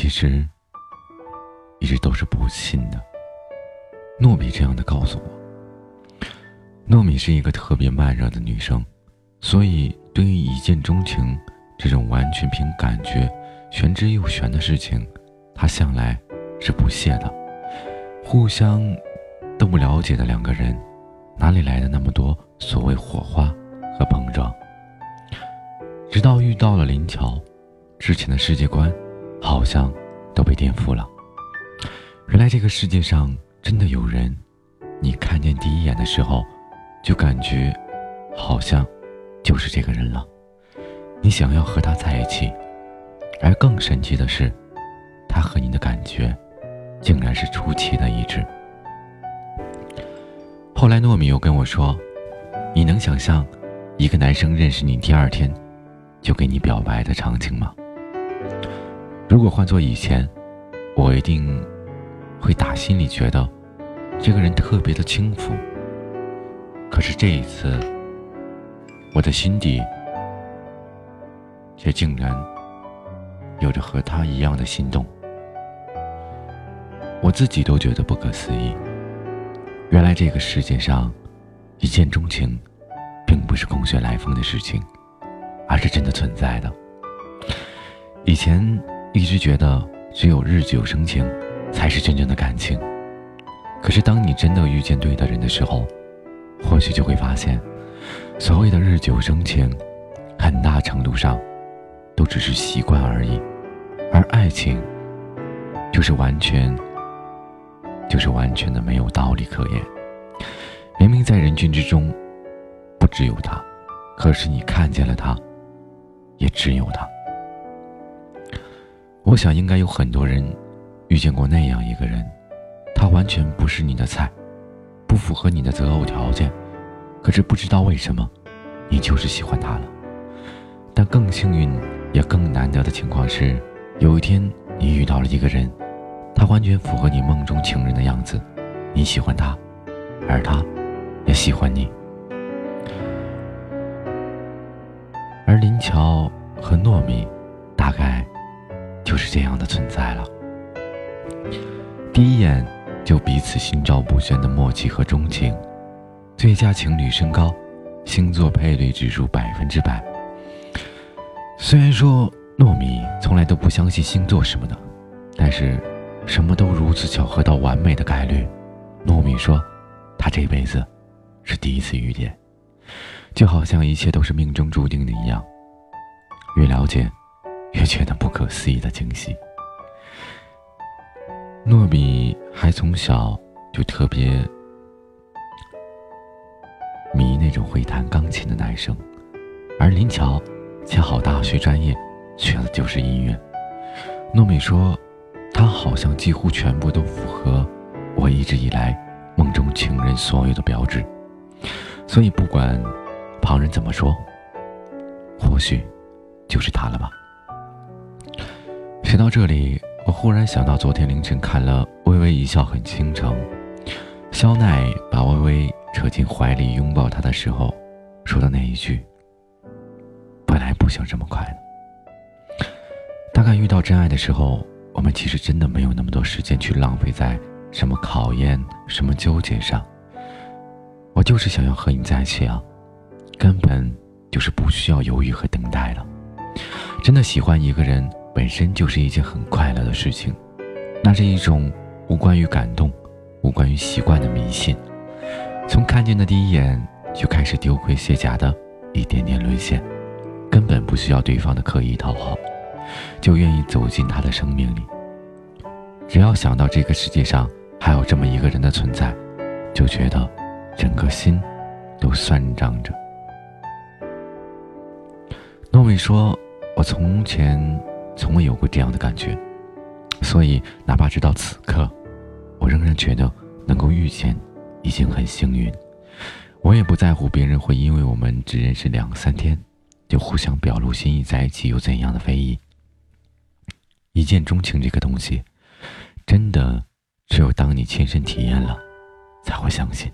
其实一直都是不信的。糯米这样的告诉我，糯米是一个特别慢热的女生，所以对于一见钟情这种完全凭感觉玄之又玄的事情，她向来是不屑的。互相都不了解的两个人，哪里来的那么多所谓火花和碰撞？直到遇到了林乔，之前的世界观好像都被颠覆了。原来这个世界上真的有人，你看见第一眼的时候就感觉好像就是这个人了，你想要和他在一起。而更神奇的是，他和你的感觉竟然是出奇的一致。后来糯米又跟我说，你能想象一个男生认识你第二天就给你表白的场景吗？如果换做以前，我一定会打心里觉得这个人特别的轻浮。可是这一次，我的心底却竟然有着和他一样的心动。我自己都觉得不可思议。原来这个世界上，一见钟情并不是空穴来风的事情，而是真的存在的。以前一直觉得只有日久生情才是真正的感情，可是当你真的遇见对的人的时候，或许就会发现，所谓的日久生情，很大程度上都只是习惯而已，而爱情就是完全的没有道理可言。明明在人群之中不只有他，可是你看见了他，也只有他。我想应该有很多人遇见过那样一个人，他完全不是你的菜，不符合你的择偶条件，可是不知道为什么你就是喜欢他了。但更幸运也更难得的情况是，有一天你遇到了一个人，他完全符合你梦中情人的样子，你喜欢他，而他也喜欢你。而林乔和糯米大概就是这样的存在了。第一眼就彼此心照不宣的默契和钟情，最佳情侣身高，星座配对指数100%。虽然说糯米从来都不相信星座什么的，但是什么都如此巧合到完美的概率，糯米说他这辈子是第一次遇见，就好像一切都是命中注定的一样。越了解越觉得不可思议的惊喜。糯米还从小就特别迷那种会弹钢琴的男生，而林乔恰好大学专业学的就是音乐。糯米说他好像几乎全部都符合我一直以来梦中情人所有的标志，所以不管旁人怎么说，或许就是他了吧。写到这里，我忽然想到昨天凌晨看了《微微一笑很倾城》，肖奈把微微扯进怀里拥抱她的时候说的那一句，本来不想这么快的。大概遇到真爱的时候，我们其实真的没有那么多时间去浪费在什么考验什么纠结上。我就是想要和你在一起啊，根本就是不需要犹豫和等待了。真的喜欢一个人本身就是一件很快乐的事情，那是一种无关于感动无关于习惯的迷信，从看见的第一眼就开始丢盔卸甲的一点点沦陷，根本不需要对方的刻意讨好，就愿意走进他的生命里。只要想到这个世界上还有这么一个人的存在，就觉得整个心都酸胀着。糯米说，我从前从未有过这样的感觉，所以哪怕直到此刻，我仍然觉得能够遇见已经很幸运。我也不在乎别人会因为我们只认识2-3天就互相表露心意在一起有怎样的非议。一见钟情这个东西，真的只有当你亲身体验了才会相信。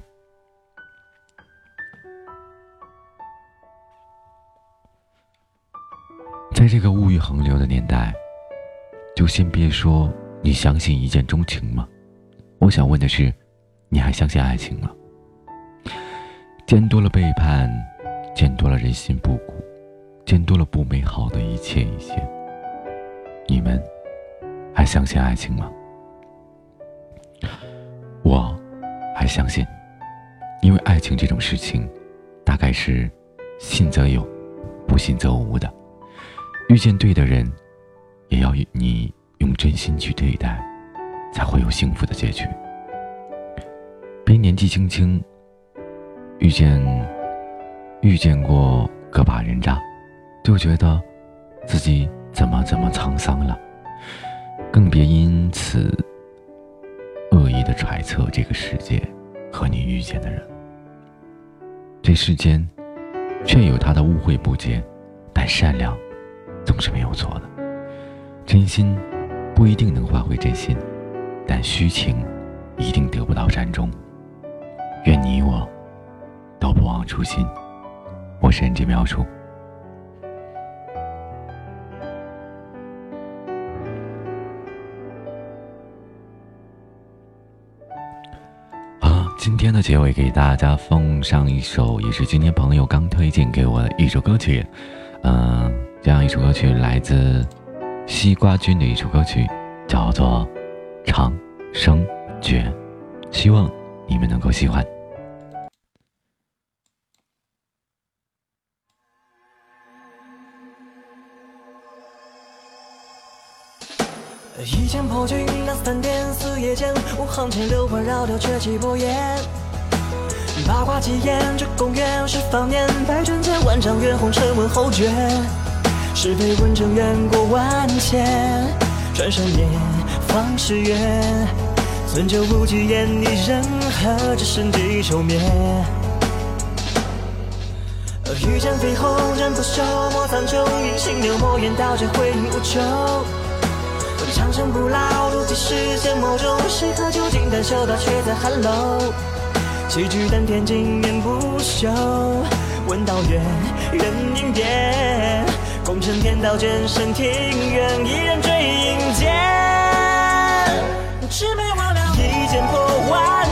在这个物欲横流的年代， 就先别说你相信一见钟情吗？我想问的是，你还相信爱情吗？见多了背叛，见多了人心不古，见多了不美好的一切，你们还相信爱情吗？我还相信，因为爱情这种事情大概是信则有，不信则无的。遇见对的人，也要你用真心去对待，才会有幸福的结局。别年纪轻轻遇见过个把人渣，就觉得自己怎么沧桑了，更别因此恶意的揣测这个世界和你遇见的人。这世间确有他的污秽不洁，但善良总是没有错的。真心不一定能换回真心，但虚情一定得不到善终。愿你我都不忘初心。我是人间描述。今天的结尾给大家奉上一首，也是今天朋友刚推荐给我的一首歌曲。这样一首歌曲来自西瓜君的一首歌曲，叫做《长生诀》，希望你们能够喜欢。 一剑破军那3点4夜间，5行前6环绕掉却起波焰。八卦几言，这公元10方年，百转千万丈远，红尘问后绝。是非问成远过万千，转身也方是远。存酒不及言，一人何只身地愁眠。遇见飞鸿人不休，莫苍穹隐形流墨言道这回应无求。长生不老，如今世间某种，谁可究竟？但修道却在寒楼。气聚丹田，经年不休。问道远，人应变。功成天道，剑身庭院，一人追影间。魑魅魍魉，一剑破万